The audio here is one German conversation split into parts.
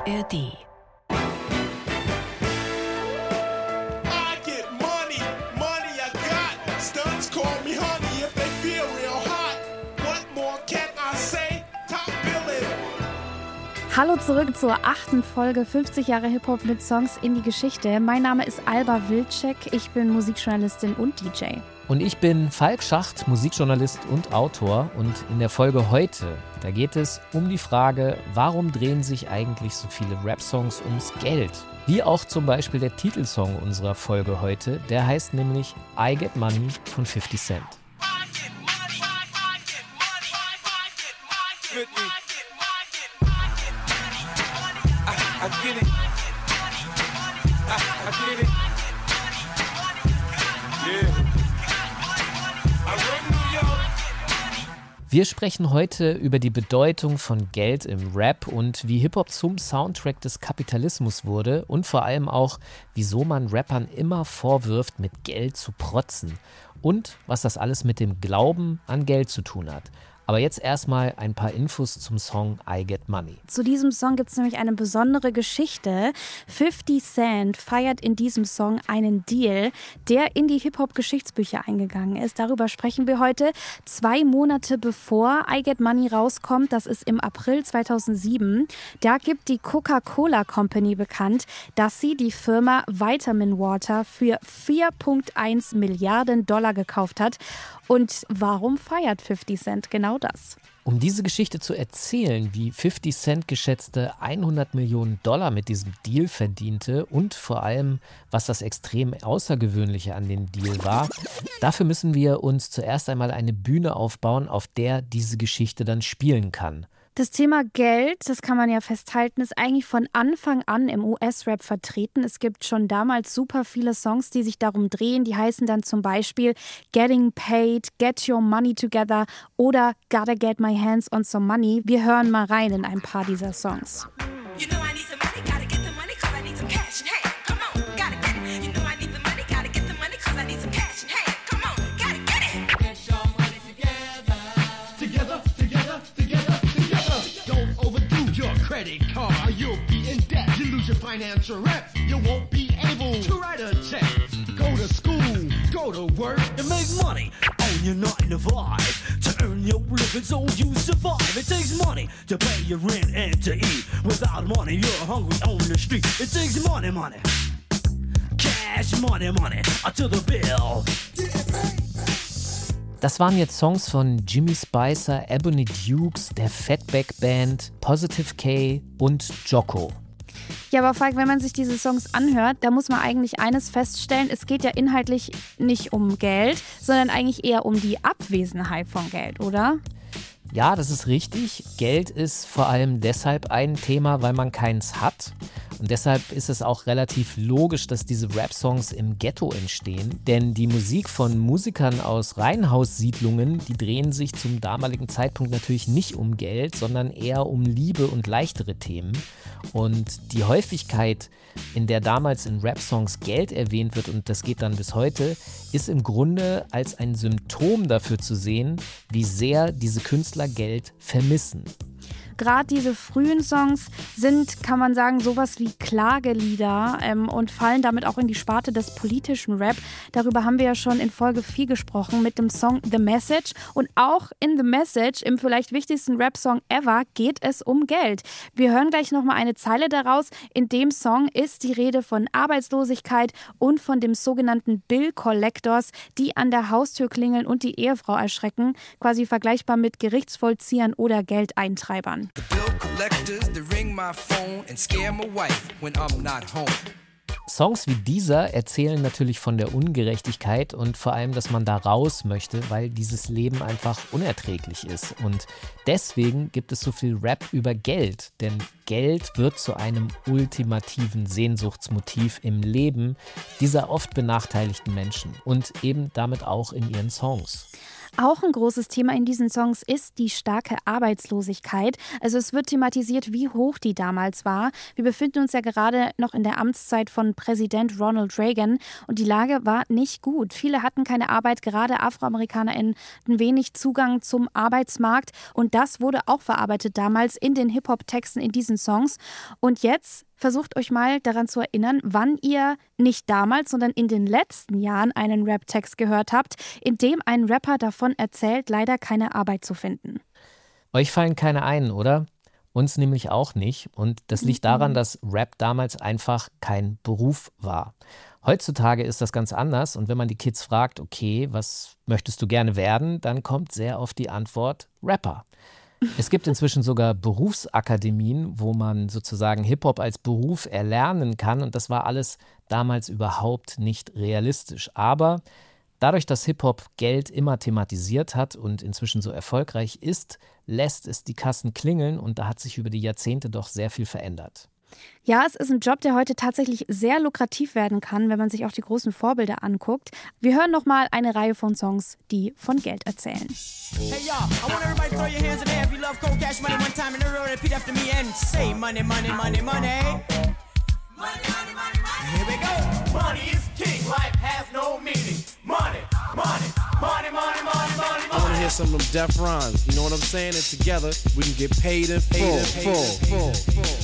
ARD. Hallo zurück zur 8. Folge 50 Jahre Hip-Hop mit Songs in die Geschichte. Mein Name ist Alba Wilczek, ich bin Musikjournalistin und DJ. Und ich bin Falk Schacht, Musikjournalist und Autor. Und in der Folge heute, da geht es um die Frage, warum drehen sich eigentlich so viele Rap-Songs ums Geld? Wie auch zum Beispiel der Titelsong unserer Folge heute, der heißt nämlich I Get Money von 50 Cent. I get it. I get it. Yeah. I run New York. Wir sprechen heute über die Bedeutung von Geld im Rap und wie Hip-Hop zum Soundtrack des Kapitalismus wurde und vor allem auch, wieso man Rappern immer vorwirft, mit Geld zu protzen und was das alles mit dem Glauben an Geld zu tun hat. Aber jetzt erstmal ein paar Infos zum Song I Get Money. Zu diesem Song gibt es nämlich eine besondere Geschichte. 50 Cent feiert in diesem Song einen Deal, der in die Hip-Hop-Geschichtsbücher eingegangen ist. Darüber sprechen wir heute. 2 Monate bevor I Get Money rauskommt, das ist im April 2007, da gibt die Coca-Cola Company bekannt, dass sie die Firma Vitamin Water für $4,1 Milliarden gekauft hat. Und warum feiert 50 Cent genau das? Um diese Geschichte zu erzählen, wie 50 Cent geschätzte $100 Millionen mit diesem Deal verdiente und vor allem, was das extrem Außergewöhnliche an dem Deal war, dafür müssen wir uns zuerst einmal eine Bühne aufbauen, auf der diese Geschichte dann spielen kann. Das Thema Geld, das kann man ja festhalten, ist eigentlich von Anfang an im US-Rap vertreten. Es gibt schon damals super viele Songs, die sich darum drehen. Die heißen dann zum Beispiel Getting Paid, Get Your Money Together oder Gotta Get My Hands on Some Money. Wir hören mal rein in ein paar dieser Songs. Credit card, you'll be in debt. You lose your financial rep. You won't be able to write a check. Go to school, go to work, and make money on your 9 to 5 to earn your living so you survive. It takes money to pay your rent and to eat. Without money, you're hungry on the street. It takes money, money, cash money, money to the bill. Das waren jetzt Songs von Jimmy Spicer, Ebony Dukes, der Fatback Band, Positive K und Jocko. Ja, aber Falk, wenn man sich diese Songs anhört, da muss man eigentlich eines feststellen, es geht ja inhaltlich nicht um Geld, sondern eigentlich eher um die Abwesenheit von Geld, oder? Ja, das ist richtig. Geld ist vor allem deshalb ein Thema, weil man keins hat. Und deshalb ist es auch relativ logisch, dass diese Rap-Songs im Ghetto entstehen. Denn die Musik von Musikern aus Reihenhaussiedlungen, die drehen sich zum damaligen Zeitpunkt natürlich nicht um Geld, sondern eher um Liebe und leichtere Themen. Und die Häufigkeit, in der damals in Rap-Songs Geld erwähnt wird, und das geht dann bis heute, ist im Grunde als ein Symptom dafür zu sehen, wie sehr diese Künstler Geld vermissen. Gerade diese frühen Songs sind, kann man sagen, sowas wie Klagelieder und fallen damit auch in die Sparte des politischen Rap. Darüber haben wir ja schon in Folge 4 gesprochen mit dem Song The Message. Und auch in The Message, im vielleicht wichtigsten Rap-Song ever, geht es um Geld. Wir hören gleich nochmal eine Zeile daraus. In dem Song ist die Rede von Arbeitslosigkeit und von dem sogenannten Bill Collectors, die an der Haustür klingeln und die Ehefrau erschrecken. Quasi vergleichbar mit Gerichtsvollziehern oder Geldeintreibern. The bill collectors, they ring my phone and scare my wife when I'm not home. Songs wie dieser erzählen natürlich von der Ungerechtigkeit und vor allem, dass man da raus möchte, weil dieses Leben einfach unerträglich ist. Und deswegen gibt es so viel Rap über Geld, denn Geld wird zu einem ultimativen Sehnsuchtsmotiv im Leben dieser oft benachteiligten Menschen und eben damit auch in ihren Songs. Auch ein großes Thema in diesen Songs ist die starke Arbeitslosigkeit. Also es wird thematisiert, wie hoch die damals war. Wir befinden uns ja gerade noch in der Amtszeit von Präsident Ronald Reagan und die Lage war nicht gut. Viele hatten keine Arbeit, gerade AfroamerikanerInnen hatten wenig Zugang zum Arbeitsmarkt und das wurde auch verarbeitet damals in den Hip-Hop-Texten in diesen Songs. Und jetzt versucht euch mal daran zu erinnern, wann ihr nicht damals, sondern in den letzten Jahren einen Rap-Text gehört habt, in dem ein Rapper davon erzählt, leider keine Arbeit zu finden. Euch fallen keine ein, oder? Uns nämlich auch nicht. Und das liegt daran, dass Rap damals einfach kein Beruf war. Heutzutage ist das ganz anders. Und wenn man die Kids fragt, okay, was möchtest du gerne werden, dann kommt sehr oft die Antwort Rapper. Es gibt inzwischen sogar Berufsakademien, wo man sozusagen Hip-Hop als Beruf erlernen kann. Und das war alles damals überhaupt nicht realistisch. Aber dadurch, dass Hip-Hop Geld immer thematisiert hat und inzwischen so erfolgreich ist, lässt es die Kassen klingeln. Und da hat sich über die Jahrzehnte doch sehr viel verändert. Ja, es ist ein Job, der heute tatsächlich sehr lukrativ werden kann, wenn man sich auch die großen Vorbilder anguckt. Wir hören nochmal eine Reihe von Songs, die von Geld erzählen. Hey y'all, I want everybody to throw your hands in the air if you love cold cash money one time and everybody repeat after me and say money, money, money, money. Money, money, money, money. Here we go. Money is king, life has no meaning. Money, money, money, money, money, money. I wanna hear some of them deaf rhymes, you know what I'm saying? And together we can get paid in full.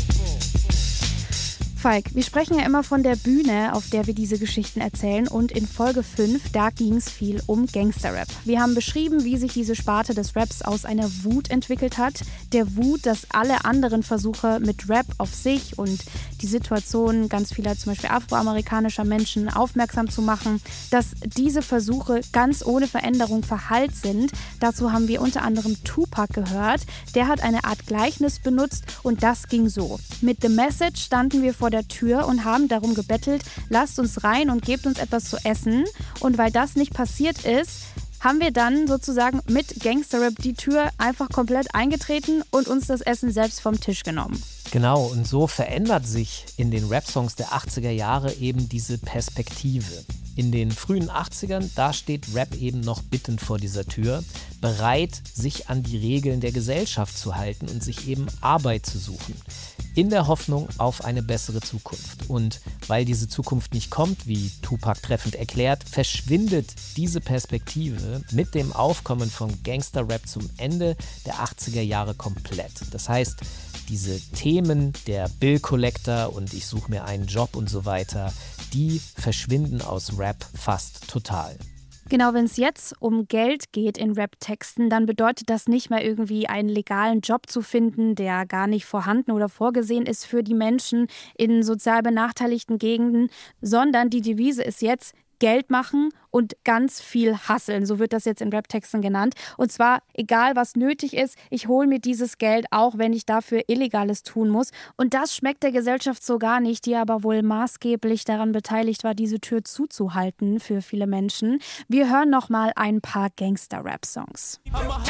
Falk, wir sprechen ja immer von der Bühne, auf der wir diese Geschichten erzählen und in Folge 5, da ging es viel um Gangsterrap. Wir haben beschrieben, wie sich diese Sparte des Raps aus einer Wut entwickelt hat. Der Wut, dass alle anderen Versuche mit Rap auf sich und die Situation ganz vieler zum Beispiel afroamerikanischer Menschen aufmerksam zu machen, dass diese Versuche ganz ohne Veränderung verhallt sind. Dazu haben wir unter anderem Tupac gehört. Der hat eine Art Gleichnis benutzt und das ging so. Mit The Message standen wir vor der Tür und haben darum gebettelt, lasst uns rein und gebt uns etwas zu essen. Und weil das nicht passiert ist, haben wir dann sozusagen mit Gangsterrap die Tür einfach komplett eingetreten und uns das Essen selbst vom Tisch genommen. Genau, und so verändert sich in den Rap-Songs der 80er Jahre eben diese Perspektive. In den frühen 80ern, da steht Rap eben noch bittend vor dieser Tür, bereit, sich an die Regeln der Gesellschaft zu halten und sich eben Arbeit zu suchen. In der Hoffnung auf eine bessere Zukunft. Und weil diese Zukunft nicht kommt, wie Tupac treffend erklärt, verschwindet diese Perspektive mit dem Aufkommen von Gangster-Rap zum Ende der 80er Jahre komplett. Das heißt, diese Themen der Bill Collector und ich suche mir einen Job und so weiter, die verschwinden aus Rap fast total. Genau, wenn es jetzt um Geld geht in Rap-Texten, dann bedeutet das nicht mehr irgendwie einen legalen Job zu finden, der gar nicht vorhanden oder vorgesehen ist für die Menschen in sozial benachteiligten Gegenden, sondern die Devise ist jetzt Geld machen und ganz viel hustlen, so wird das jetzt in Rap-Texten genannt. Und zwar, egal was nötig ist, ich hole mir dieses Geld, auch wenn ich dafür Illegales tun muss. Und das schmeckt der Gesellschaft so gar nicht, die aber wohl maßgeblich daran beteiligt war, diese Tür zuzuhalten für viele Menschen. Wir hören nochmal ein paar Gangster-Rap-Songs.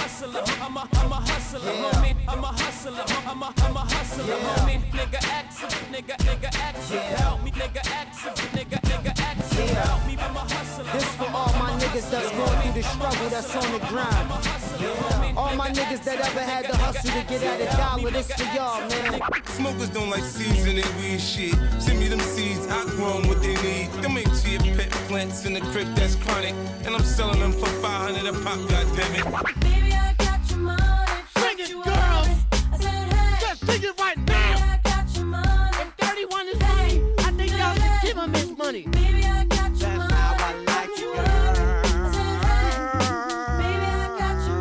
This for all my niggas that's going through the struggle that's on the grind. All my niggas that ever had to hustle to get at a dollar, this for y'all, man. Smokers don't like seeds in their weed shit. Send me them seeds, I grow them what they need. Them ain't chia pet plants in the crib that's chronic. And I'm selling them for 500 a pop, goddammit. Baby, I got your money. Sing it, girls! I said, hey. Just sing it right Baby, now! I got your money. If 31 is free, I think y'all should give him his money. Baby, I got your That's money. how I like it, girl. I said, hey. Baby, I got your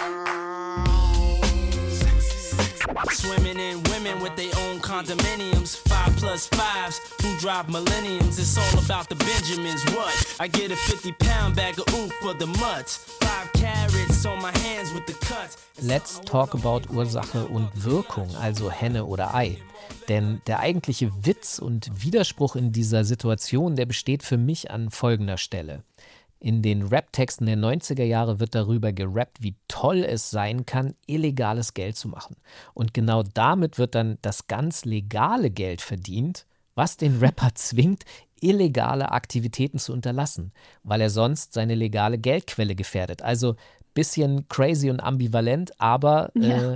money. Swimming in women with their own condominiums. 5+5s who drive millenniums. It's all about the Benjamins. What? I get a 50-pound bag of oomph for the mutts. 5 carrots on my hands with the cuts. Let's talk about Ursache und Wirkung, also Henne oder Ei. Denn der eigentliche Witz und Widerspruch in dieser Situation, der besteht für mich an folgender Stelle. In den Rap-Texten der 90er Jahre wird darüber gerappt, wie toll es sein kann, illegales Geld zu machen. Und genau damit wird dann das ganz legale Geld verdient, was den Rapper zwingt, illegale Aktivitäten zu unterlassen, weil er sonst seine legale Geldquelle gefährdet. Also bisschen crazy und ambivalent, aber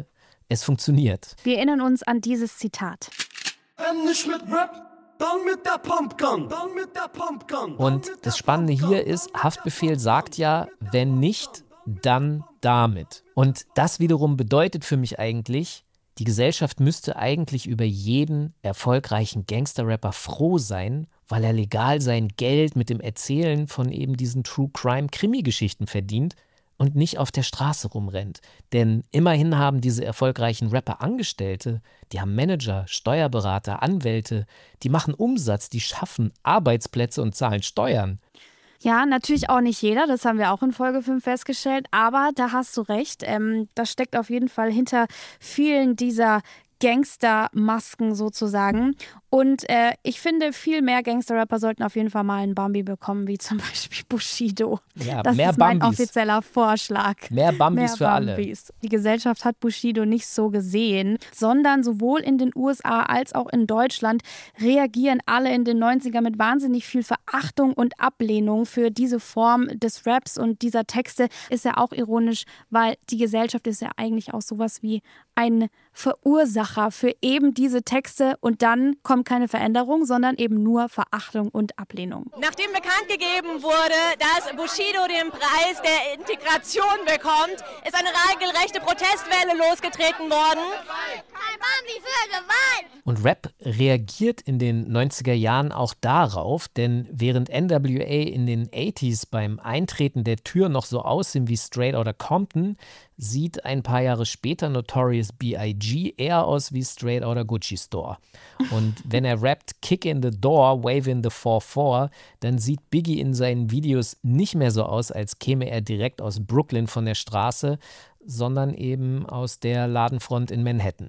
es funktioniert. Wir erinnern uns an dieses Zitat. Wenn nicht mit Rap, dann mit der Pumpgun. Dann mit der Pumpgun. Und das Spannende hier ist, Haftbefehl sagt ja, wenn nicht, dann damit. Und das wiederum bedeutet für mich eigentlich, die Gesellschaft müsste eigentlich über jeden erfolgreichen Gangster-Rapper froh sein, weil er legal sein Geld mit dem Erzählen von eben diesen True-Crime-Krimi-Geschichten verdient und nicht auf der Straße rumrennt. Denn immerhin haben diese erfolgreichen Rapper Angestellte, die haben Manager, Steuerberater, Anwälte, die machen Umsatz, die schaffen Arbeitsplätze und zahlen Steuern. Ja, natürlich auch nicht jeder, das haben wir auch in Folge 5 festgestellt, aber da hast du recht, das steckt auf jeden Fall hinter vielen dieser Gangster-Masken sozusagen. Und ich finde, viel mehr Gangster-Rapper sollten auf jeden Fall mal einen Bambi bekommen, wie zum Beispiel Bushido. Ja, das mehr ist mein Bambis. offizieller Vorschlag. Mehr Bambis für alle. Die Gesellschaft hat Bushido nicht so gesehen, sondern sowohl in den USA als auch in Deutschland reagieren alle in den 90ern mit wahnsinnig viel Verachtung und Ablehnung für diese Form des Raps und dieser Texte. Ist ja auch ironisch, weil die Gesellschaft ist ja eigentlich auch sowas wie ein Verursacher für eben diese Texte und dann kommt keine Veränderung, sondern eben nur Verachtung und Ablehnung. Nachdem bekannt gegeben wurde, dass Bushido den Preis der Integration bekommt, ist eine regelrechte Protestwelle losgetreten worden. Ein Bambi für Gewalt! Und Rap reagiert in den 90er Jahren auch darauf, denn während NWA in den 80s beim Eintreten der Tür noch so aussehen wie Straight Outta Compton, sieht ein paar Jahre später Notorious B.I.G. eher aus wie Straight Outta Gucci Store. Und wenn er rappt Kick in the Door, Wave in the 4-4, dann sieht Biggie in seinen Videos nicht mehr so aus, als käme er direkt aus Brooklyn von der Straße, sondern eben aus der Ladenfront in Manhattan.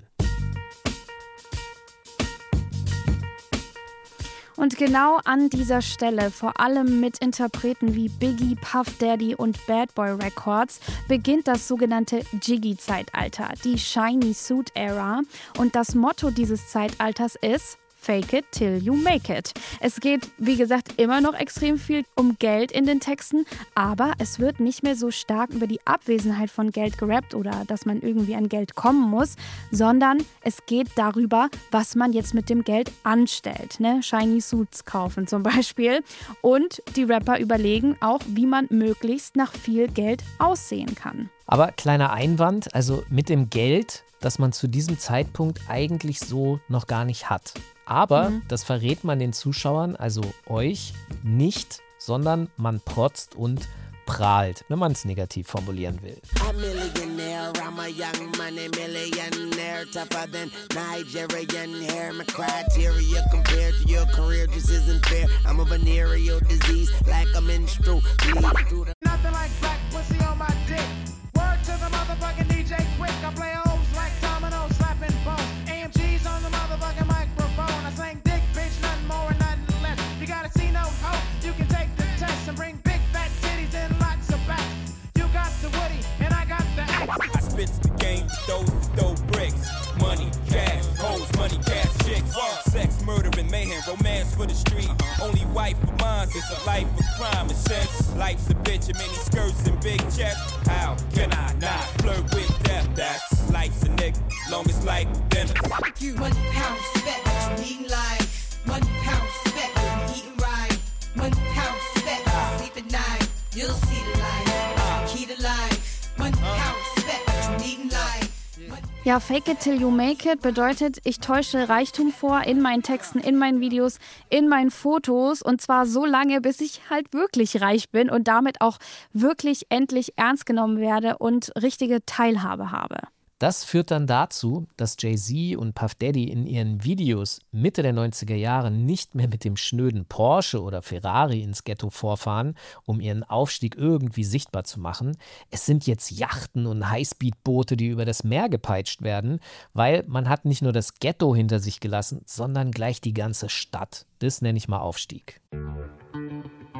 Und genau an dieser Stelle, vor allem mit Interpreten wie Biggie, Puff Daddy und Bad Boy Records, beginnt das sogenannte Jiggy-Zeitalter, die Shiny Suit Era. Und das Motto dieses Zeitalters ist Fake it till you make it. Es geht, wie gesagt, immer noch extrem viel um Geld in den Texten, aber es wird nicht mehr so stark über die Abwesenheit von Geld gerappt oder dass man irgendwie an Geld kommen muss, sondern es geht darüber, was man jetzt mit dem Geld anstellt. Ne? Shiny Suits kaufen zum Beispiel. Und die Rapper überlegen auch, wie man möglichst nach viel Geld aussehen kann. Aber kleiner Einwand, also mit dem Geld, das man zu diesem Zeitpunkt eigentlich so noch gar nicht hat. Aber das verrät man den Zuschauern, also euch, nicht, sondern man protzt und prahlt, wenn man es negativ formulieren will. A millionaire, I'm a young money millionaire, tougher than Nigerian hair. My criteria compared to your career just isn't fair. I'm a venereal disease, like a menstrual bleed through the... Nothing like black pussy on my dick. Word to the motherfucking DJ Quick. I play hoes like dominoes, slapping bones. AMG's on the motherfucking microphone. I slang dick, bitch, nothing more and nothing less. You gotta see no hope, you can take the test and bring big fat titties and lots of backs. You got the Woody and I got the axe. I spit the game, throw bricks. Money, cash, hoes, money, cash, chicks. Sex, murder, and mayhem, romance for the street. Only wife of mine is a life of crime and sex. Life's a bitch and many skirts and big checks. How can I not flirt with death? That's life's a nigga, longest life dinner. £1 spec, you eating life. £1 spec, you eating right. £1 spec, sleep at night. You'll see the light, key to life. £1 spec, you eating life. Ja, Fake it till you make it bedeutet, ich täusche Reichtum vor in meinen Texten, in meinen Videos, in meinen Fotos und zwar so lange, bis ich halt wirklich reich bin und damit auch wirklich endlich ernst genommen werde und richtige Teilhabe habe. Das führt dann dazu, dass Jay-Z und Puff Daddy in ihren Videos Mitte der 90er Jahre nicht mehr mit dem schnöden Porsche oder Ferrari ins Ghetto vorfahren, um ihren Aufstieg irgendwie sichtbar zu machen. Es sind jetzt Yachten und Highspeedboote, die über das Meer gepeitscht werden, weil man hat nicht nur das Ghetto hinter sich gelassen, sondern gleich die ganze Stadt. Das nenne ich mal Aufstieg.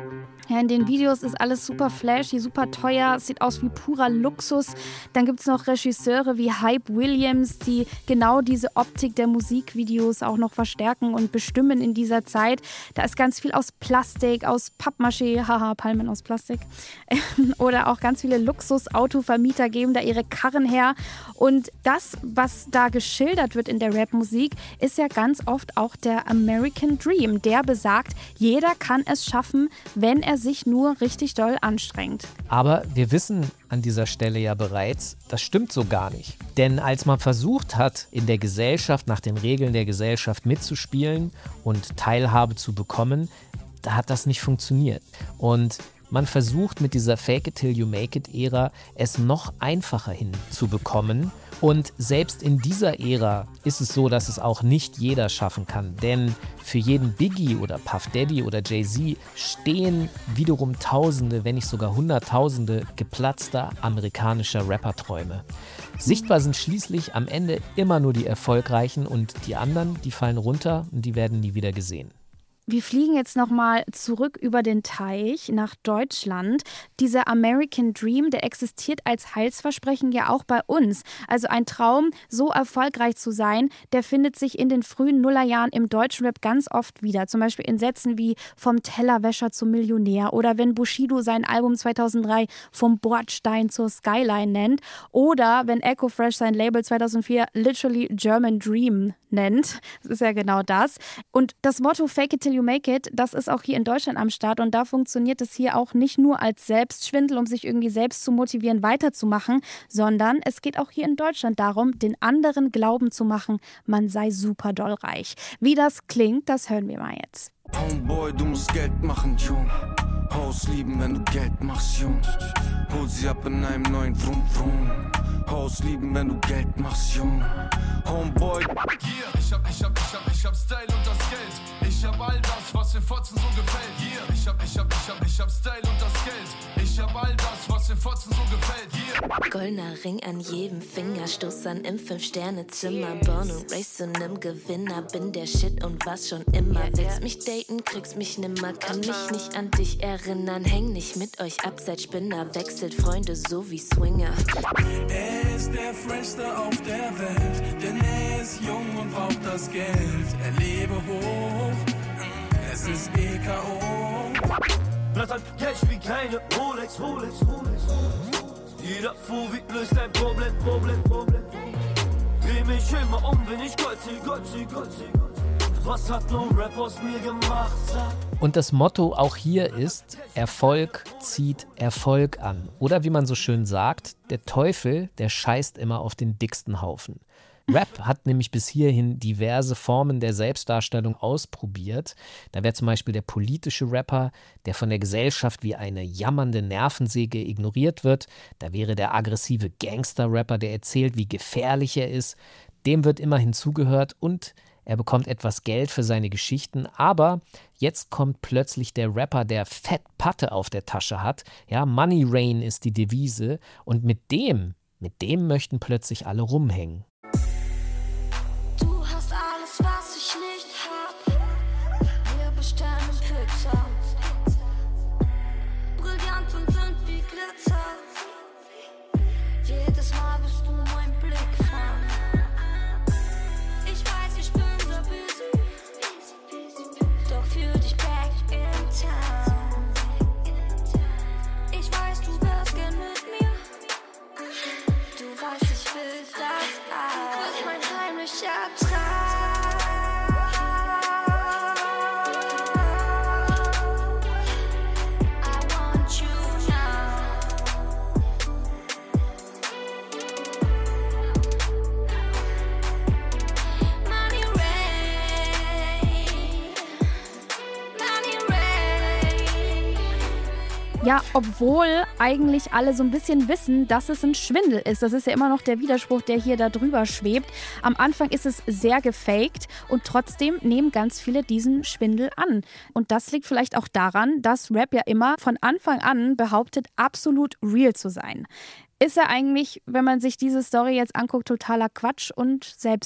Ja, in den Videos ist alles super flashy, super teuer, es sieht aus wie purer Luxus. Dann gibt es noch Regisseure wie Hype Williams, die genau diese Optik der Musikvideos auch noch verstärken und bestimmen in dieser Zeit. Da ist ganz viel aus Plastik, aus Pappmaché, haha, Palmen aus Plastik. Oder auch ganz viele Luxusautovermieter geben da ihre Karren her. Und das, was da geschildert wird in der Rapmusik, ist ja ganz oft auch der American Dream. Der besagt, jeder kann es schaffen, wenn er sich nur richtig doll anstrengt. Aber wir wissen an dieser Stelle ja bereits, das stimmt so gar nicht. Denn als man versucht hat, in der Gesellschaft, nach den Regeln der Gesellschaft mitzuspielen und Teilhabe zu bekommen, da hat das nicht funktioniert. Und man versucht mit dieser Fake-it-till-you-make-it-Ära es noch einfacher hinzubekommen. Und selbst in dieser Ära ist es so, dass es auch nicht jeder schaffen kann. Denn für jeden Biggie oder Puff Daddy oder Jay-Z stehen wiederum Tausende, wenn nicht sogar Hunderttausende geplatzter amerikanischer Rapperträume. Sichtbar sind schließlich am Ende immer nur die Erfolgreichen und die anderen, die fallen runter und die werden nie wieder gesehen. Wir fliegen jetzt nochmal zurück über den Teich nach Deutschland. Dieser American Dream, der existiert als Heilsversprechen ja auch bei uns. Also ein Traum, so erfolgreich zu sein, der findet sich in den frühen Nullerjahren im Deutschrap ganz oft wieder. Zum Beispiel in Sätzen wie vom Tellerwäscher zum Millionär oder wenn Bushido sein Album 2003 vom Bordstein zur Skyline nennt oder wenn Echo Fresh sein Label 2004 literally German Dream nennt. Das ist ja genau das. Und das Motto Fake it till you make it, das ist auch hier in Deutschland am Start und da funktioniert es hier auch nicht nur als Selbstschwindel, um sich irgendwie selbst zu motivieren, weiterzumachen, sondern es geht auch hier in Deutschland darum, den anderen glauben zu machen, man sei super doll reich. Wie das klingt, das hören wir mal jetzt. Homeboy, du musst Geld machen, Jung. Haus lieben, wenn du Geld machst, Jung. Hol sie ab in einem neuen Vroom Vroom. Haus lieben, wenn du Geld machst, Jung. Homeboy. Yeah, ich hab Style und das Geld. Ich hab all das, was den Fotzen so gefällt. Yeah, ich hab Style und das Geld. Ich hab all das, was den Fotzen so gefällt. Yeah. Goldener Ring an jedem Finger, Stoß an im 5-Sterne-Zimmer. Born und raised zu nem Gewinner, bin der Shit und was schon immer. Willst mich daten, kriegst mich nimmer, kann mich nicht an dich erinnern. Häng nicht mit euch ab, seid Spinner, wechselt Freunde so wie Swinger. Er ist der Freshste auf der Welt, denn er ist jung und braucht das Geld. Er lebe hoch, es ist EKO. Blattert Cash wie keine Rolex. Jeder Fuvi löst ein Problem. Dreh mich immer um, wenn ich Gott sehe. Was hat no Rap aus mir gemacht? Und das Motto auch hier ist, Erfolg zieht Erfolg an. Oder wie man so schön sagt, der Teufel, der scheißt immer auf den dicksten Haufen. Rap hat nämlich bis hierhin diverse Formen der Selbstdarstellung ausprobiert. Da wäre zum Beispiel der politische Rapper, der von der Gesellschaft wie eine jammernde Nervensäge ignoriert wird. Da wäre der aggressive Gangster-Rapper, der erzählt, wie gefährlich er ist. Dem wird immer hinzugehört und er bekommt etwas Geld für seine Geschichten. Aber jetzt kommt plötzlich der Rapper, der fett Patte auf der Tasche hat. Ja, Money Rain ist die Devise. Und mit dem möchten plötzlich alle rumhängen. Du hast alles, was ich nicht hab. Wir bestellen Pizza. Brillant und sind wie Glitzer. Jedes Mal bist du mein Blickfang. Ich weiß, ich bin so busy. Doch für dich back in town. Ich weiß, du wärst gern mit mir. Du weißt, ich will das auch. Du bist mein heimlicher Traum. I want you now. Money Rain. Ja, obwohl eigentlich alle so ein bisschen wissen, dass es ein Schwindel ist. Das ist ja immer noch der Widerspruch, der hier da drüber schwebt. Am Anfang ist es sehr gefaked und trotzdem nehmen ganz viele diesen Schwindel an. Und das liegt vielleicht auch daran, dass Rap ja immer von Anfang an behauptet, absolut real zu sein. Ist ja eigentlich, wenn man sich diese Story jetzt anguckt, totaler Quatsch und selbst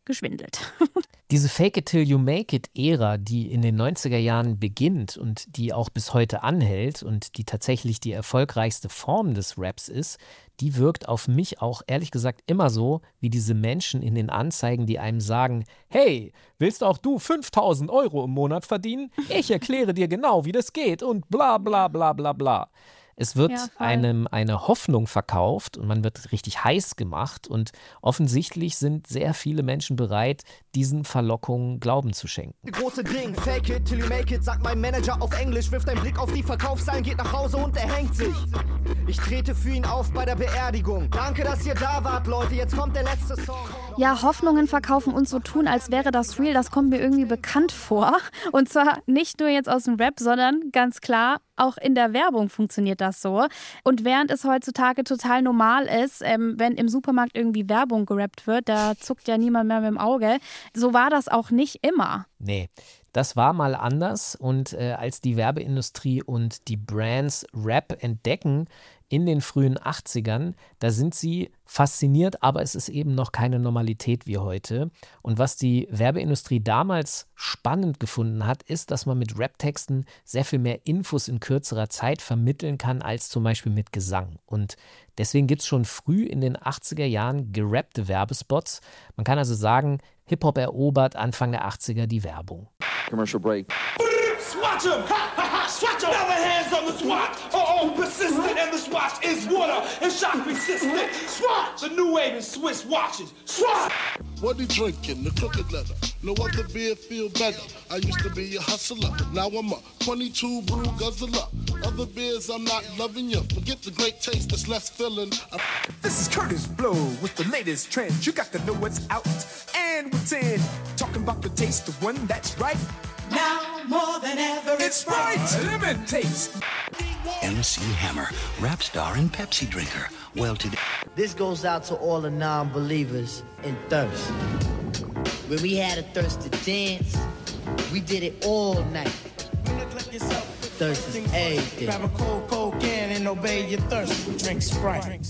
geschwindelt. Diese Fake-it-till-you-make-it-Ära, die in den 90er Jahren beginnt und die auch bis heute anhält und die tatsächlich die erfolgreichste Form des Raps ist, die wirkt auf mich auch ehrlich gesagt immer so wie diese Menschen in den Anzeigen, die einem sagen, hey, willst auch du 5.000 € im Monat verdienen? Ich erkläre dir genau, wie das geht und bla bla bla bla bla. Es wird einem eine Hoffnung verkauft und man wird richtig heiß gemacht und offensichtlich sind sehr viele Menschen bereit, diesen Verlockungen Glauben zu schenken. Große Ding, fake it till you make it, sagt mein Manager auf Englisch, wirft einen Blick auf die Verkaufszahlen, geht nach Hause und er hängt sich. Ich trete für ihn auf bei der Beerdigung. Danke, dass ihr da wart, Leute, jetzt kommt der letzte Song. Ja, Hoffnungen verkaufen und so tun, als wäre das real, das kommt mir irgendwie bekannt vor. Und zwar nicht nur jetzt aus dem Rap, sondern ganz klar, auch in der Werbung funktioniert das so. Und während es heutzutage total normal ist, wenn im Supermarkt irgendwie Werbung gerappt wird, da zuckt ja niemand mehr mit dem Auge, so war das auch nicht immer. Nee, das war mal anders und als die Werbeindustrie und die Brands Rap entdecken in den frühen 80ern, da sind sie fasziniert, aber es ist eben noch keine Normalität wie heute. Und was die Werbeindustrie damals spannend gefunden hat, ist, dass man mit Raptexten sehr viel mehr Infos in kürzerer Zeit vermitteln kann, als zum Beispiel mit Gesang. Und deswegen gibt es schon früh in den 80er Jahren gerappte Werbespots. Man kann also sagen, Hip-Hop erobert Anfang der 80er die Werbung. Commercial break. Swatch him! Ha ha ha! Swatch him! Now the hands on the swatch! Oh, persistent, and the swatch is water and shock resistant. Swatch! The new wave in Swiss watches. Swatch! What he drinking? The crooked leather. No other beer feel better. I used to be a hustler. Now I'm a 22 brew guzzler. Other beers I'm not loving you. Forget the great taste that's less filling. This is Curtis Blow with the latest trend. You got to know what's out and what's in. Talking about the taste, the one that's right. Now more than ever, it's right. Lemon taste. MC Hammer, rap star and Pepsi drinker. Well, today. This goes out to all the non-believers in thirst. When we had a thirst to dance, we did it all night. Thirst is everything. Grab a cold can and obey your thirst. Drink Sprite.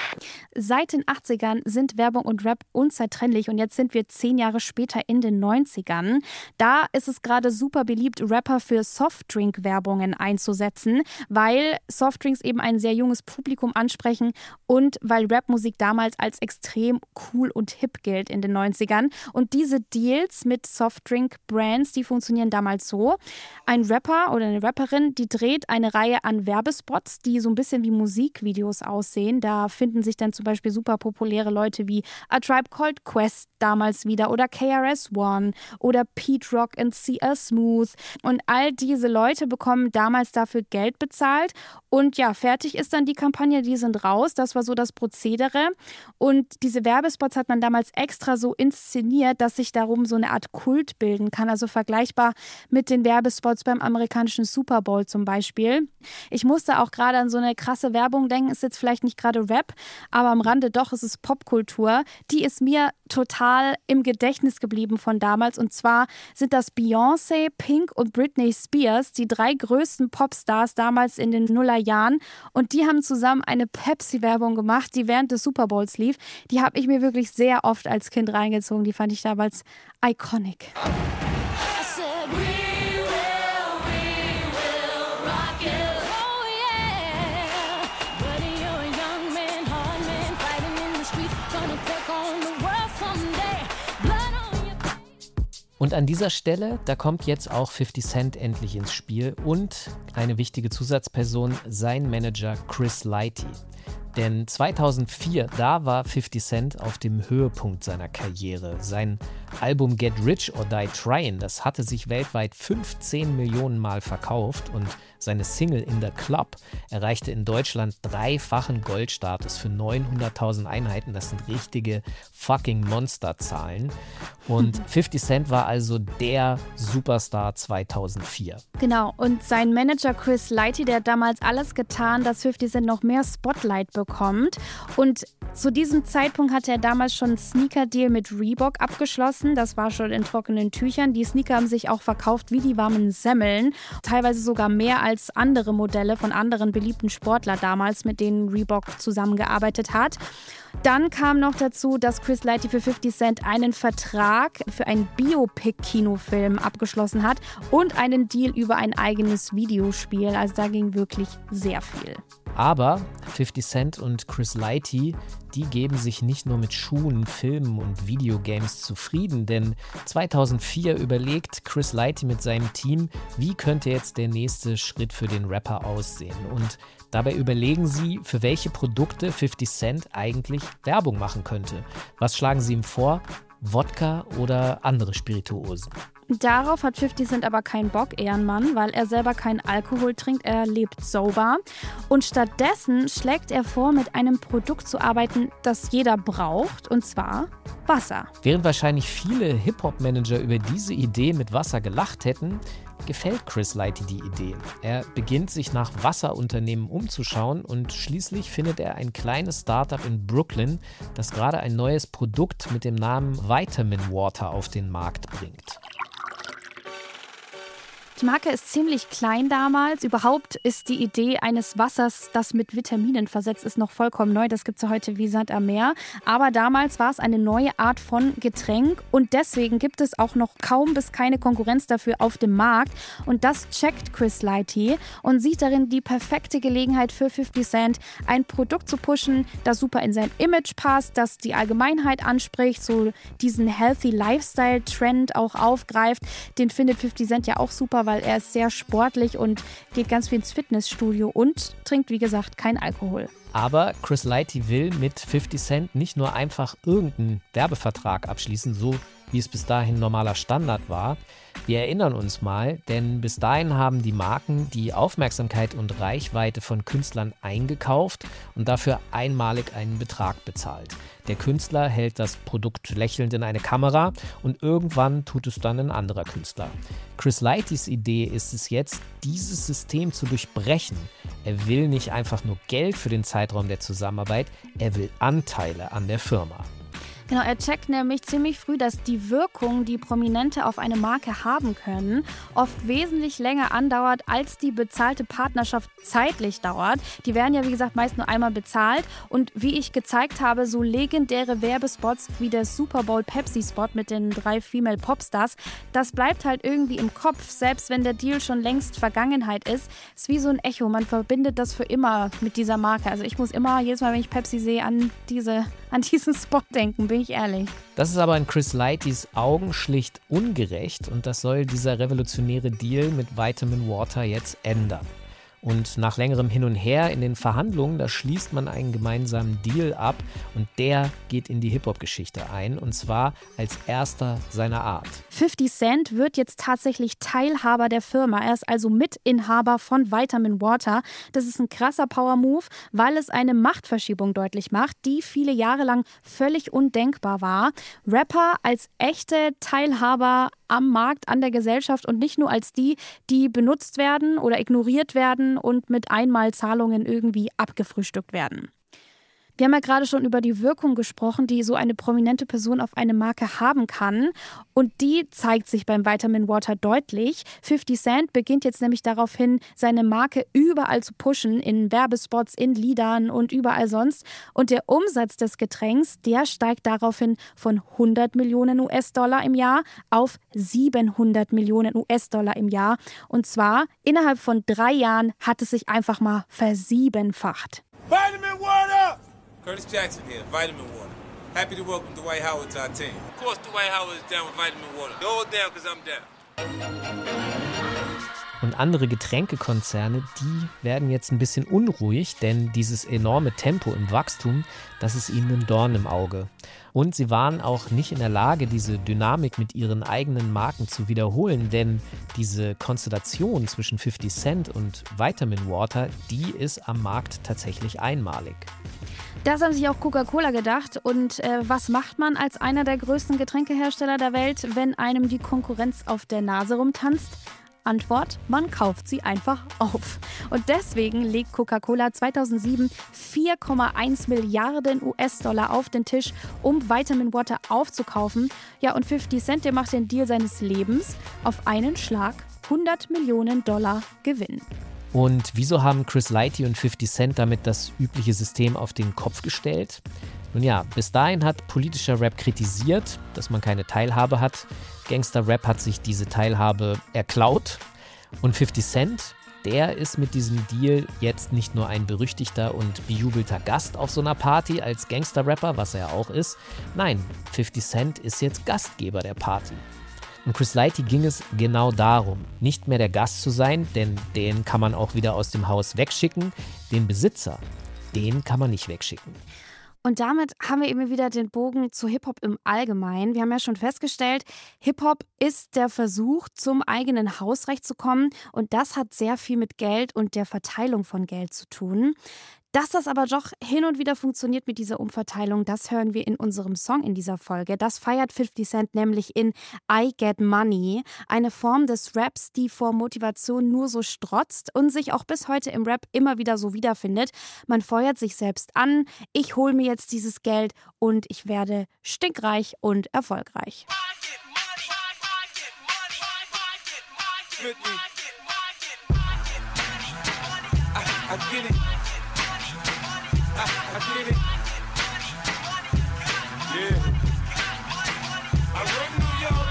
Seit den 80ern sind Werbung und Rap unzertrennlich und jetzt sind wir 10 Jahre später in den 90ern. Da ist es gerade super beliebt, Rapper für Softdrink-Werbungen einzusetzen, weil Softdrinks eben ein sehr junges Publikum ansprechen und weil Rapmusik damals als extrem cool und hip gilt in den 90ern. Und diese Deals mit Softdrink-Brands, die funktionieren damals so. Ein Rapper oder eine Rapperin, die dreht eine Reihe an Werbespots, die so ein bisschen wie Musikvideos aussehen. Da finden sich dann zum Beispiel super populäre Leute wie A Tribe Called Quest damals wieder oder KRS-One oder Pete Rock and C.R. Smooth. Und all diese Leute bekommen damals dafür Geld bezahlt. Und ja, fertig ist dann die Kampagne, die sind raus. Das war so das Prozedere. Und diese Werbespots hat man damals extra so inszeniert, dass sich darum so eine Art Kult bilden kann. Also vergleichbar mit den Werbespots beim amerikanischen Super Bowl zum Beispiel. Ich musste auch gerade an so eine krasse Werbung denken. Ist jetzt vielleicht nicht gerade Rap, aber am Rande doch, es ist Popkultur. Die ist mir total im Gedächtnis geblieben von damals. Und zwar sind das Beyoncé, Pink und Britney Spears, die 3 größten Popstars damals in den Nullerjahren. Und die haben zusammen eine Pepsi-Werbung gemacht, die während des Super Bowls lief. Die habe ich mir wirklich sehr oft als Kind reingezogen. Die fand ich damals iconic. Und an dieser Stelle, da kommt jetzt auch 50 Cent endlich ins Spiel und eine wichtige Zusatzperson, sein Manager Chris Lighty. Denn 2004, da war 50 Cent auf dem Höhepunkt seiner Karriere. Sein Album Get Rich or Die Tryin', das hatte sich weltweit 15 Millionen Mal verkauft und seine Single In the Club erreichte in Deutschland 3-fachen Goldstatus für 900.000 Einheiten. Das sind richtige fucking Monsterzahlen. Und 50 Cent war also der Superstar 2004. Genau, und sein Manager Chris Lighty, der hat damals alles getan, dass 50 Cent noch mehr Spotlight bekommt. Und zu diesem Zeitpunkt hatte er damals schon einen Sneaker-Deal mit Reebok abgeschlossen. Das war schon in trockenen Tüchern. Die Sneaker haben sich auch verkauft wie die warmen Semmeln. Teilweise sogar mehr als andere Modelle von anderen beliebten Sportlern damals, mit denen Reebok zusammengearbeitet hat. Dann kam noch dazu, dass Chris Lighty für 50 Cent einen Vertrag für einen Biopic-Kinofilm abgeschlossen hat und einen Deal über ein eigenes Videospiel. Also da ging wirklich sehr viel. Aber 50 Cent und Chris Lighty, die geben sich nicht nur mit Schuhen, Filmen und Videogames zufrieden, denn 2004 überlegt Chris Lighty mit seinem Team, wie könnte jetzt der nächste Schritt für den Rapper aussehen. Und dabei überlegen sie, für welche Produkte 50 Cent eigentlich Werbung machen könnte. Was schlagen sie ihm vor? Wodka oder andere Spirituosen? Darauf hat 50 Cent aber keinen Bock, Ehrenmann, weil er selber keinen Alkohol trinkt, er lebt sober. Und stattdessen schlägt er vor, mit einem Produkt zu arbeiten, das jeder braucht, und zwar Wasser. Während wahrscheinlich viele Hip-Hop-Manager über diese Idee mit Wasser gelacht hätten, gefällt Chris Lighty die Idee. Er beginnt sich nach Wasserunternehmen umzuschauen und schließlich findet er ein kleines Startup in Brooklyn, das gerade ein neues Produkt mit dem Namen Vitamin Water auf den Markt bringt. Die Marke ist ziemlich klein damals. Überhaupt ist die Idee eines Wassers, das mit Vitaminen versetzt ist, noch vollkommen neu. Das gibt es ja heute wie Sand am Meer. Aber damals war es eine neue Art von Getränk und deswegen gibt es auch noch kaum bis keine Konkurrenz dafür auf dem Markt. Und das checkt Chris Lighty und sieht darin die perfekte Gelegenheit für 50 Cent, ein Produkt zu pushen, das super in sein Image passt, das die Allgemeinheit anspricht, so diesen Healthy Lifestyle-Trend auch aufgreift. Den findet 50 Cent ja auch super, weil er ist sehr sportlich und geht ganz viel ins Fitnessstudio und trinkt, wie gesagt, keinen Alkohol. Aber Chris Lighty will mit 50 Cent nicht nur einfach irgendeinen Werbevertrag abschließen, so wie es bis dahin normaler Standard war. Wir erinnern uns mal, denn bis dahin haben die Marken die Aufmerksamkeit und Reichweite von Künstlern eingekauft und dafür einmalig einen Betrag bezahlt. Der Künstler hält das Produkt lächelnd in eine Kamera und irgendwann tut es dann ein anderer Künstler. Chris Lightys Idee ist es jetzt, dieses System zu durchbrechen. Er will nicht einfach nur Geld für den Zeitraum der Zusammenarbeit, er will Anteile an der Firma. Genau, er checkt nämlich ziemlich früh, dass die Wirkung, die Prominente auf eine Marke haben können, oft wesentlich länger andauert, als die bezahlte Partnerschaft zeitlich dauert. Die werden ja, wie gesagt, meist nur einmal bezahlt. Und wie ich gezeigt habe, so legendäre Werbespots wie der Super Bowl Pepsi-Spot mit den 3 Female Popstars, das bleibt halt irgendwie im Kopf, selbst wenn der Deal schon längst Vergangenheit ist. Es ist wie so ein Echo, man verbindet das für immer mit dieser Marke. Also ich muss immer, jedes Mal, wenn ich Pepsi sehe, an diesen Spot denken, bin ich ehrlich. Das ist aber in Chris Lightys Augen schlicht ungerecht und das soll dieser revolutionäre Deal mit Vitamin Water jetzt ändern. Und nach längerem Hin und Her in den Verhandlungen, da schließt man einen gemeinsamen Deal ab und der geht in die Hip-Hop-Geschichte ein und zwar als erster seiner Art. 50 Cent wird jetzt tatsächlich Teilhaber der Firma. Er ist also Mitinhaber von Vitamin Water. Das ist ein krasser Power-Move, weil es eine Machtverschiebung deutlich macht, die viele Jahre lang völlig undenkbar war. Rapper als echte Teilhaber am Markt, an der Gesellschaft und nicht nur als die, die benutzt werden oder ignoriert werden und mit Einmalzahlungen irgendwie abgefrühstückt werden. Wir haben ja gerade schon über die Wirkung gesprochen, die so eine prominente Person auf eine Marke haben kann. Und die zeigt sich beim Vitamin Water deutlich. 50 Cent beginnt jetzt nämlich daraufhin, seine Marke überall zu pushen, in Werbespots, in Liedern und überall sonst. Und der Umsatz des Getränks, der steigt daraufhin von 100 Millionen US-Dollar im Jahr auf 700 Millionen US-Dollar im Jahr. Und zwar innerhalb von 3 Jahren hat es sich einfach mal versiebenfacht. Vitamin Water! Curtis Jackson here, Vitamin Water. Happy to welcome Dwight Howard to our team. Of course, Dwight Howard is down with Vitamin Water. They're all down because I'm down. Und andere Getränkekonzerne, die werden jetzt ein bisschen unruhig, denn dieses enorme Tempo im Wachstum, das ist ihnen ein Dorn im Auge. Und sie waren auch nicht in der Lage, diese Dynamik mit ihren eigenen Marken zu wiederholen, denn diese Konstellation zwischen 50 Cent und Vitamin Water, die ist am Markt tatsächlich einmalig. Das haben sich auch Coca-Cola gedacht. Und was macht man als einer der größten Getränkehersteller der Welt, wenn einem die Konkurrenz auf der Nase rumtanzt? Antwort, man kauft sie einfach auf. Und deswegen legt Coca-Cola 2007 4,1 Milliarden US-Dollar auf den Tisch, um Vitamin Water aufzukaufen. Ja, und 50 Cent, der macht den Deal seines Lebens. Auf einen Schlag 100 Millionen Dollar Gewinn. Und wieso haben Chris Lighty und 50 Cent damit das übliche System auf den Kopf gestellt? Nun ja, bis dahin hat politischer Rap kritisiert, dass man keine Teilhabe hat. Gangster-Rap hat sich diese Teilhabe erklaut. Und 50 Cent, der ist mit diesem Deal jetzt nicht nur ein berüchtigter und bejubelter Gast auf so einer Party als Gangster-Rapper, was er auch ist. Nein, 50 Cent ist jetzt Gastgeber der Party. Und Chris Lighty ging es genau darum, nicht mehr der Gast zu sein, denn den kann man auch wieder aus dem Haus wegschicken. Den Besitzer, den kann man nicht wegschicken. Und damit haben wir eben wieder den Bogen zu Hip-Hop im Allgemeinen. Wir haben ja schon festgestellt, Hip-Hop ist der Versuch, zum eigenen Hausrecht zu kommen. Und das hat sehr viel mit Geld und der Verteilung von Geld zu tun. Dass das aber doch hin und wieder funktioniert mit dieser Umverteilung, das hören wir in unserem Song in dieser Folge. Das feiert 50 Cent nämlich in I Get Money, eine Form des Raps, die vor Motivation nur so strotzt und sich auch bis heute im Rap immer wieder so wiederfindet. Man feuert sich selbst an, ich hole mir jetzt dieses Geld und ich werde stinkreich und erfolgreich. I get it. Yeah. I run New York.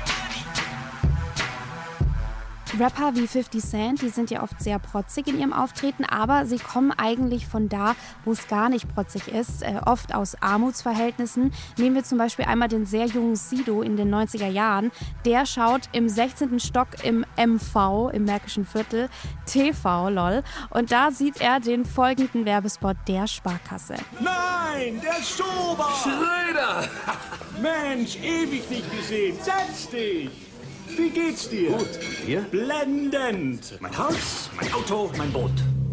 Rapper wie 50 Cent, die sind ja oft sehr protzig in ihrem Auftreten, aber sie kommen eigentlich von da, wo es gar nicht protzig ist, oft aus Armutsverhältnissen. Nehmen wir zum Beispiel einmal den sehr jungen Sido in den 90er Jahren. Der schaut im 16. Stock im MV, im Märkischen Viertel, TV, lol. Und da sieht er den folgenden Werbespot der Sparkasse. Nein, der Schober! Schröder! Mensch, ewig nicht gesehen. Setz dich! Wie geht's dir? Gut. Und dir? Blendend. Mein Haus, mein Auto, mein Boot.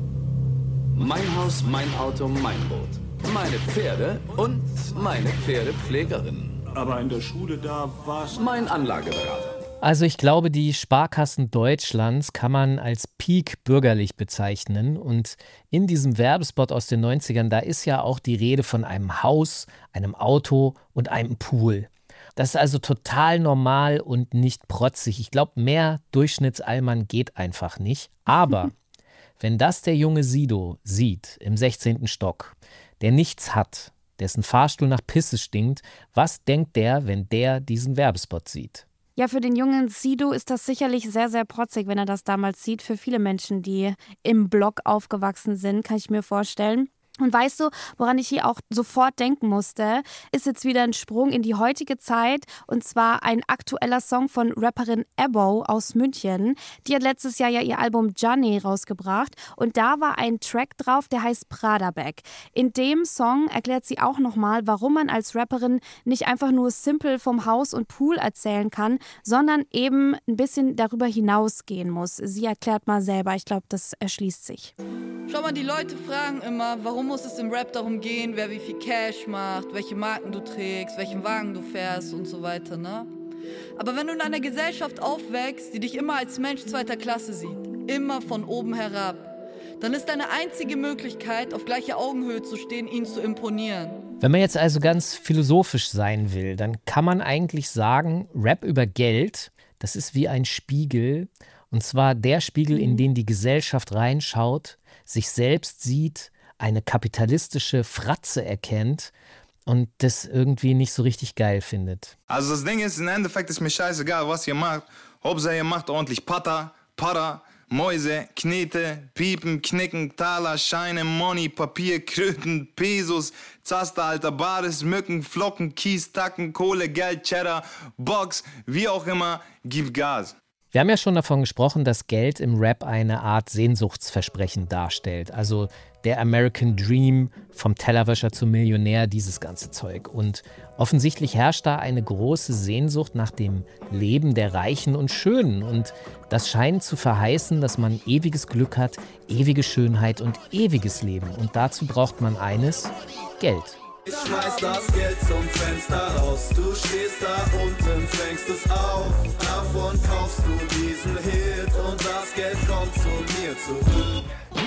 Mein Haus, mein Auto, mein Boot. Meine Pferde und meine Pferdepflegerin. Aber in der Schule da war's... Mein Anlageberater. Also ich glaube, die Sparkassen Deutschlands kann man als Peak bürgerlich bezeichnen. Und in diesem Werbespot aus den 90ern, da ist ja auch die Rede von einem Haus, einem Auto und einem Pool. Das ist also total normal und nicht protzig. Ich glaube, mehr Durchschnittsallmann geht einfach nicht. Aber wenn das der junge Sido sieht im 16. Stock, der nichts hat, dessen Fahrstuhl nach Pisse stinkt, was denkt der, wenn der diesen Werbespot sieht? Ja, für den jungen Sido ist das sicherlich sehr, sehr protzig, wenn er das damals sieht. Für viele Menschen, die im Block aufgewachsen sind, kann ich mir vorstellen. Und weißt du, woran ich hier auch sofort denken musste, ist jetzt wieder ein Sprung in die heutige Zeit, und zwar ein aktueller Song von Rapperin Ebo aus München. Die hat letztes Jahr ja ihr Album Johnny rausgebracht und da war ein Track drauf, der heißt Praderbeck. In dem Song erklärt sie auch nochmal, warum man als Rapperin nicht einfach nur simpel vom Haus und Pool erzählen kann, sondern eben ein bisschen darüber hinausgehen muss. Sie erklärt mal selber, ich glaube, das erschließt sich. Schau mal, die Leute fragen immer, warum muss es im Rap darum gehen, wer wie viel Cash macht, welche Marken du trägst, welchen Wagen du fährst und so weiter, ne? Aber wenn du in einer Gesellschaft aufwächst, die dich immer als Mensch zweiter Klasse sieht, immer von oben herab, dann ist deine einzige Möglichkeit, auf gleicher Augenhöhe zu stehen, ihnen zu imponieren. Wenn man jetzt also ganz philosophisch sein will, dann kann man eigentlich sagen, Rap über Geld, das ist wie ein Spiegel. Und zwar der Spiegel, in den die Gesellschaft reinschaut, sich selbst sieht, eine kapitalistische Fratze erkennt und das irgendwie nicht so richtig geil findet. Also das Ding ist, im Endeffekt ist mir scheißegal, was ihr macht. Hauptsache ihr macht ordentlich Para, Mäuse, Knete, Piepen, Knicken, Taler, Scheine, Money, Papier, Kröten, Pesos, Zaster, alter Bares, Mücken, Flocken, Kies, Tacken, Kohle, Geld, Cheddar, Box, wie auch immer, gib Gas. Wir haben ja schon davon gesprochen, dass Geld im Rap eine Art Sehnsuchtsversprechen darstellt. Also der American Dream, vom Tellerwäscher zum Millionär, dieses ganze Zeug. Und offensichtlich herrscht da eine große Sehnsucht nach dem Leben der Reichen und Schönen. Und das scheint zu verheißen, dass man ewiges Glück hat, ewige Schönheit und ewiges Leben. Und dazu braucht man eines: Geld. Ich schmeiß das Geld zum Fenster raus, du stehst da unten, fängst es auf. Davon kaufst du diesen Hit und das Geld kommt zu mir zurück.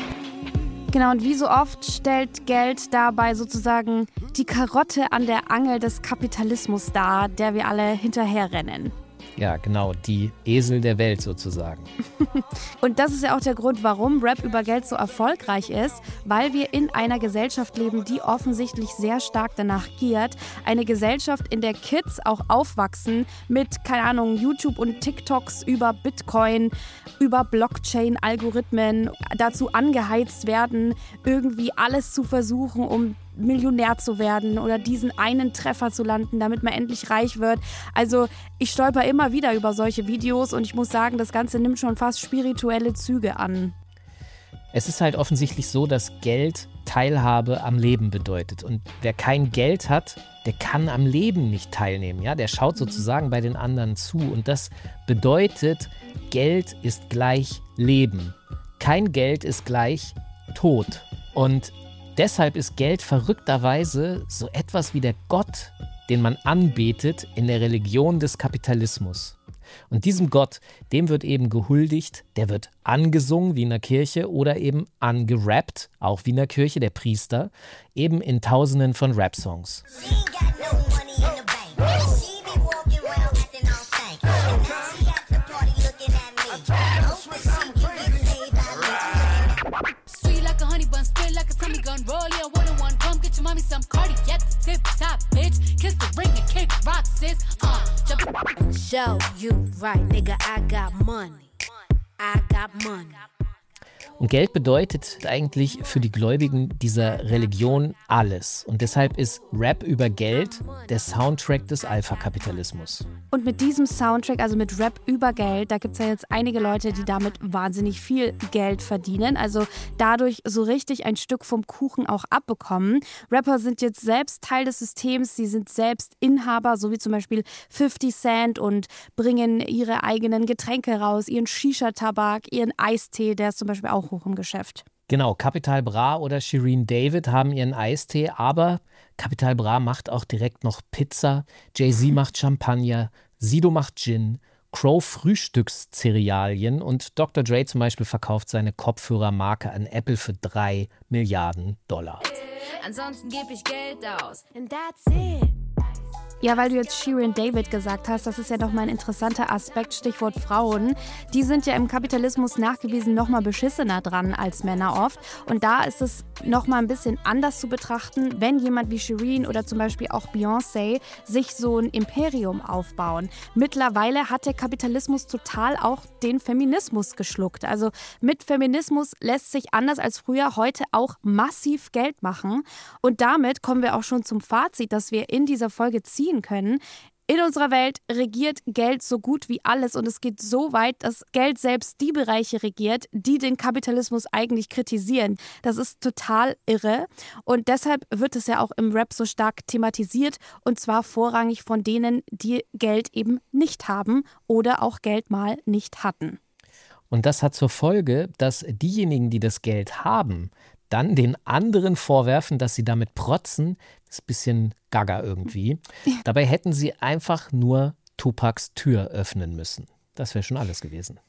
Genau, und wie so oft stellt Geld dabei sozusagen die Karotte an der Angel des Kapitalismus dar, der wir alle hinterherrennen. Ja, genau, die Esel der Welt sozusagen. Und das ist ja auch der Grund, warum Rap über Geld so erfolgreich ist, weil wir in einer Gesellschaft leben, die offensichtlich sehr stark danach giert. Eine Gesellschaft, in der Kids auch aufwachsen mit, keine Ahnung, YouTube und TikToks über Bitcoin, über Blockchain-Algorithmen, dazu angeheizt werden, irgendwie alles zu versuchen, um Millionär zu werden oder diesen einen Treffer zu landen, damit man endlich reich wird. Also ich stolper immer wieder über solche Videos und ich muss sagen, das Ganze nimmt schon fast spirituelle Züge an. Es ist halt offensichtlich so, dass Geld Teilhabe am Leben bedeutet. Und wer kein Geld hat, der kann am Leben nicht teilnehmen. Ja? Der schaut sozusagen bei den anderen zu. Und das bedeutet, Geld ist gleich Leben. Kein Geld ist gleich Tod. Und deshalb ist Geld verrückterweise so etwas wie der Gott, den man anbetet in der Religion des Kapitalismus. Und diesem Gott, dem wird eben gehuldigt, der wird angesungen wie in der Kirche oder eben angerappt, auch wie in der Kirche, der Priester, eben in Tausenden von Rap-Songs. Show you right, nigga, I got money. I got money. Und Geld bedeutet eigentlich für die Gläubigen dieser Religion alles. Und deshalb ist Rap über Geld der Soundtrack des Alpha-Kapitalismus. Und mit diesem Soundtrack, also mit Rap über Geld, da gibt es ja jetzt einige Leute, die damit wahnsinnig viel Geld verdienen. Also dadurch so richtig ein Stück vom Kuchen auch abbekommen. Rapper sind jetzt selbst Teil des Systems, sie sind selbst Inhaber, so wie zum Beispiel 50 Cent und bringen ihre eigenen Getränke raus, ihren Shisha-Tabak, ihren Eistee, der ist zum Beispiel auch hoch im Geschäft. Genau, Capital Bra oder Shirin David haben ihren Eistee, aber Capital Bra macht auch direkt noch Pizza, Jay-Z macht Champagner, Sido macht Gin, Crow Frühstückszerealien und Dr. Dre zum Beispiel verkauft seine Kopfhörermarke an Apple für $3 Milliarden. Ansonsten gebe ich Geld aus and that's it. Ja, weil du jetzt Shirin David gesagt hast, das ist ja nochmal ein interessanter Aspekt, Stichwort Frauen. Die sind ja im Kapitalismus nachgewiesen nochmal beschissener dran als Männer oft. Und da ist es nochmal ein bisschen anders zu betrachten, wenn jemand wie Shirin oder zum Beispiel auch Beyoncé sich so ein Imperium aufbauen. Mittlerweile hat der Kapitalismus total auch den Feminismus geschluckt. Also mit Feminismus lässt sich anders als früher heute auch massiv Geld machen. Und damit kommen wir auch schon zum Fazit, das wir in dieser Folge ziehen können. In unserer Welt regiert Geld so gut wie alles und es geht so weit, dass Geld selbst die Bereiche regiert, die den Kapitalismus eigentlich kritisieren. Das ist total irre und deshalb wird es ja auch im Rap so stark thematisiert und zwar vorrangig von denen, die Geld eben nicht haben oder auch Geld mal nicht hatten. Und das hat zur Folge, dass diejenigen, die das Geld haben, dann den anderen vorwerfen, dass sie damit protzen. Das ist ein bisschen gaga irgendwie. Dabei hätten sie einfach nur Tupacs Tür öffnen müssen. Das wäre schon alles gewesen.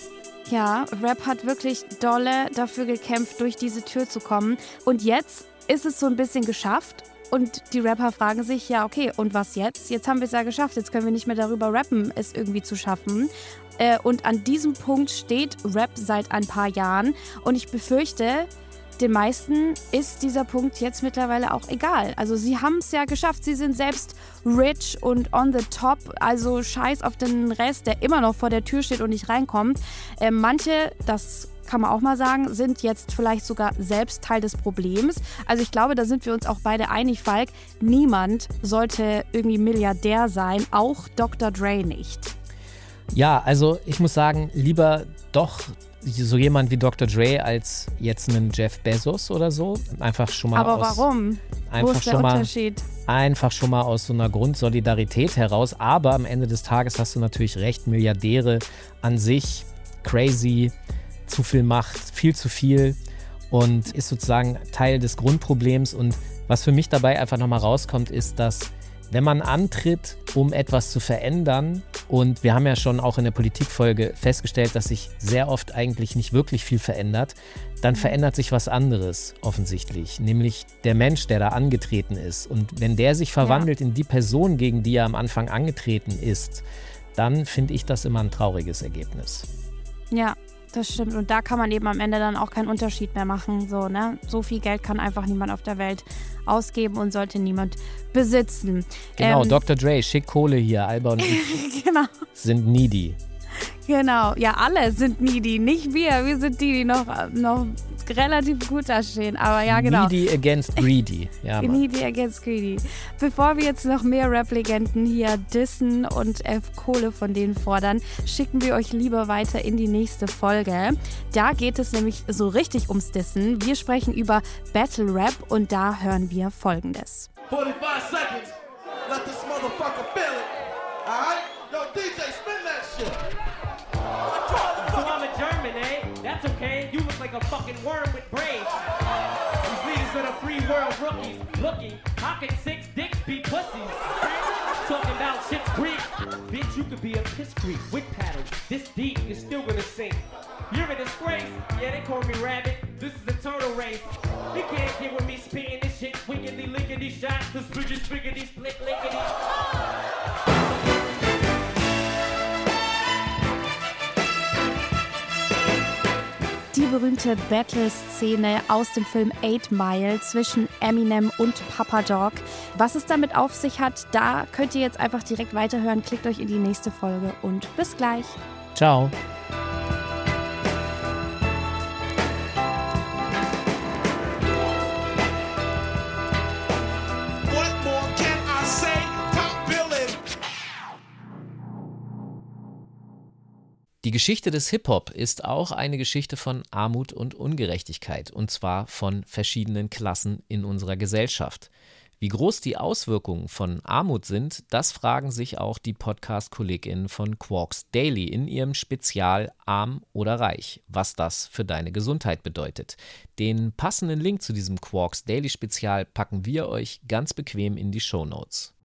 Ja, Rap hat wirklich dolle dafür gekämpft, durch diese Tür zu kommen. Und jetzt ist es so ein bisschen geschafft. Und die Rapper fragen sich, ja okay, und was jetzt? Jetzt haben wir es ja geschafft, jetzt können wir nicht mehr darüber rappen, es irgendwie zu schaffen. Und an diesem Punkt steht Rap seit ein paar Jahren. Und ich befürchte, den meisten ist dieser Punkt jetzt mittlerweile auch egal. Also sie haben es ja geschafft, sie sind selbst rich und on the top, also scheiß auf den Rest, der immer noch vor der Tür steht und nicht reinkommt. Manche, das kann man auch mal sagen, sind jetzt vielleicht sogar selbst Teil des Problems. Also ich glaube, da sind wir uns auch beide einig, Falk. Niemand sollte irgendwie Milliardär sein, auch Dr. Dre nicht. Ja, also ich muss sagen, lieber doch so jemand wie Dr. Dre als jetzt einen Jeff Bezos oder so. Einfach schon mal Aber warum? Wo ist der Unterschied? Einfach schon mal aus so einer Grundsolidarität heraus. Aber am Ende des Tages hast du natürlich recht, Milliardäre an sich, crazy, zu viel Macht, viel zu viel und ist sozusagen Teil des Grundproblems. Und was für mich dabei einfach nochmal rauskommt, ist, dass wenn man antritt, um etwas zu verändern, und wir haben ja schon auch in der Politikfolge festgestellt, dass sich sehr oft eigentlich nicht wirklich viel verändert, dann verändert sich was anderes offensichtlich, nämlich der Mensch, der da angetreten ist. Und wenn der sich verwandelt in die Person, gegen die er am Anfang angetreten ist, dann finde ich das immer ein trauriges Ergebnis. Ja, das stimmt. Und da kann man eben am Ende dann auch keinen Unterschied mehr machen. So, ne? So viel Geld kann einfach niemand auf der Welt ausgeben und sollte niemand besitzen. Genau, Dr. Dre, schick Kohle hier. Alba und ich sind needy. Genau, ja, alle sind needy, nicht wir. Wir sind die noch relativ gut da stehen. Aber ja, genau. Needy against greedy. Ja, needy against greedy. Bevor wir jetzt noch mehr Rap-Legenden hier dissen und Kohle von denen fordern, schicken wir euch lieber weiter in die nächste Folge. Da geht es nämlich so richtig ums Dissen. Wir sprechen über Battle Rap und da hören wir Folgendes. 45 seconds. Let this motherfucker feel it. Alright? Yo, DJ, spin that shit. So I'm a German, eh? That's okay. You look like a fucking worm with braids. These leaders of the free world rookies. Looking, how can 6 dicks be pussies? Talking about shit's Greek. Bitch, you could be a piss creek with paddles. This deep, you're still gonna sink. You're a disgrace. Yeah, they call me rabbit. This is a turtle race. You can't get with me spitting this shit. Wiggity, lickety, shots. The spiggity, spiggity, split, lickety. Die berühmte Battle-Szene aus dem Film 8 Mile zwischen Eminem und Papa Dog. Was es damit auf sich hat, da könnt ihr jetzt einfach direkt weiterhören. Klickt euch in die nächste Folge und bis gleich. Ciao. Die Geschichte des Hip-Hop ist auch eine Geschichte von Armut und Ungerechtigkeit, und zwar von verschiedenen Klassen in unserer Gesellschaft. Wie groß die Auswirkungen von Armut sind, das fragen sich auch die Podcast-KollegInnen von Quarks Daily in ihrem Spezial Arm oder Reich, was das für deine Gesundheit bedeutet. Den passenden Link zu diesem Quarks Daily Spezial packen wir euch ganz bequem in die Shownotes.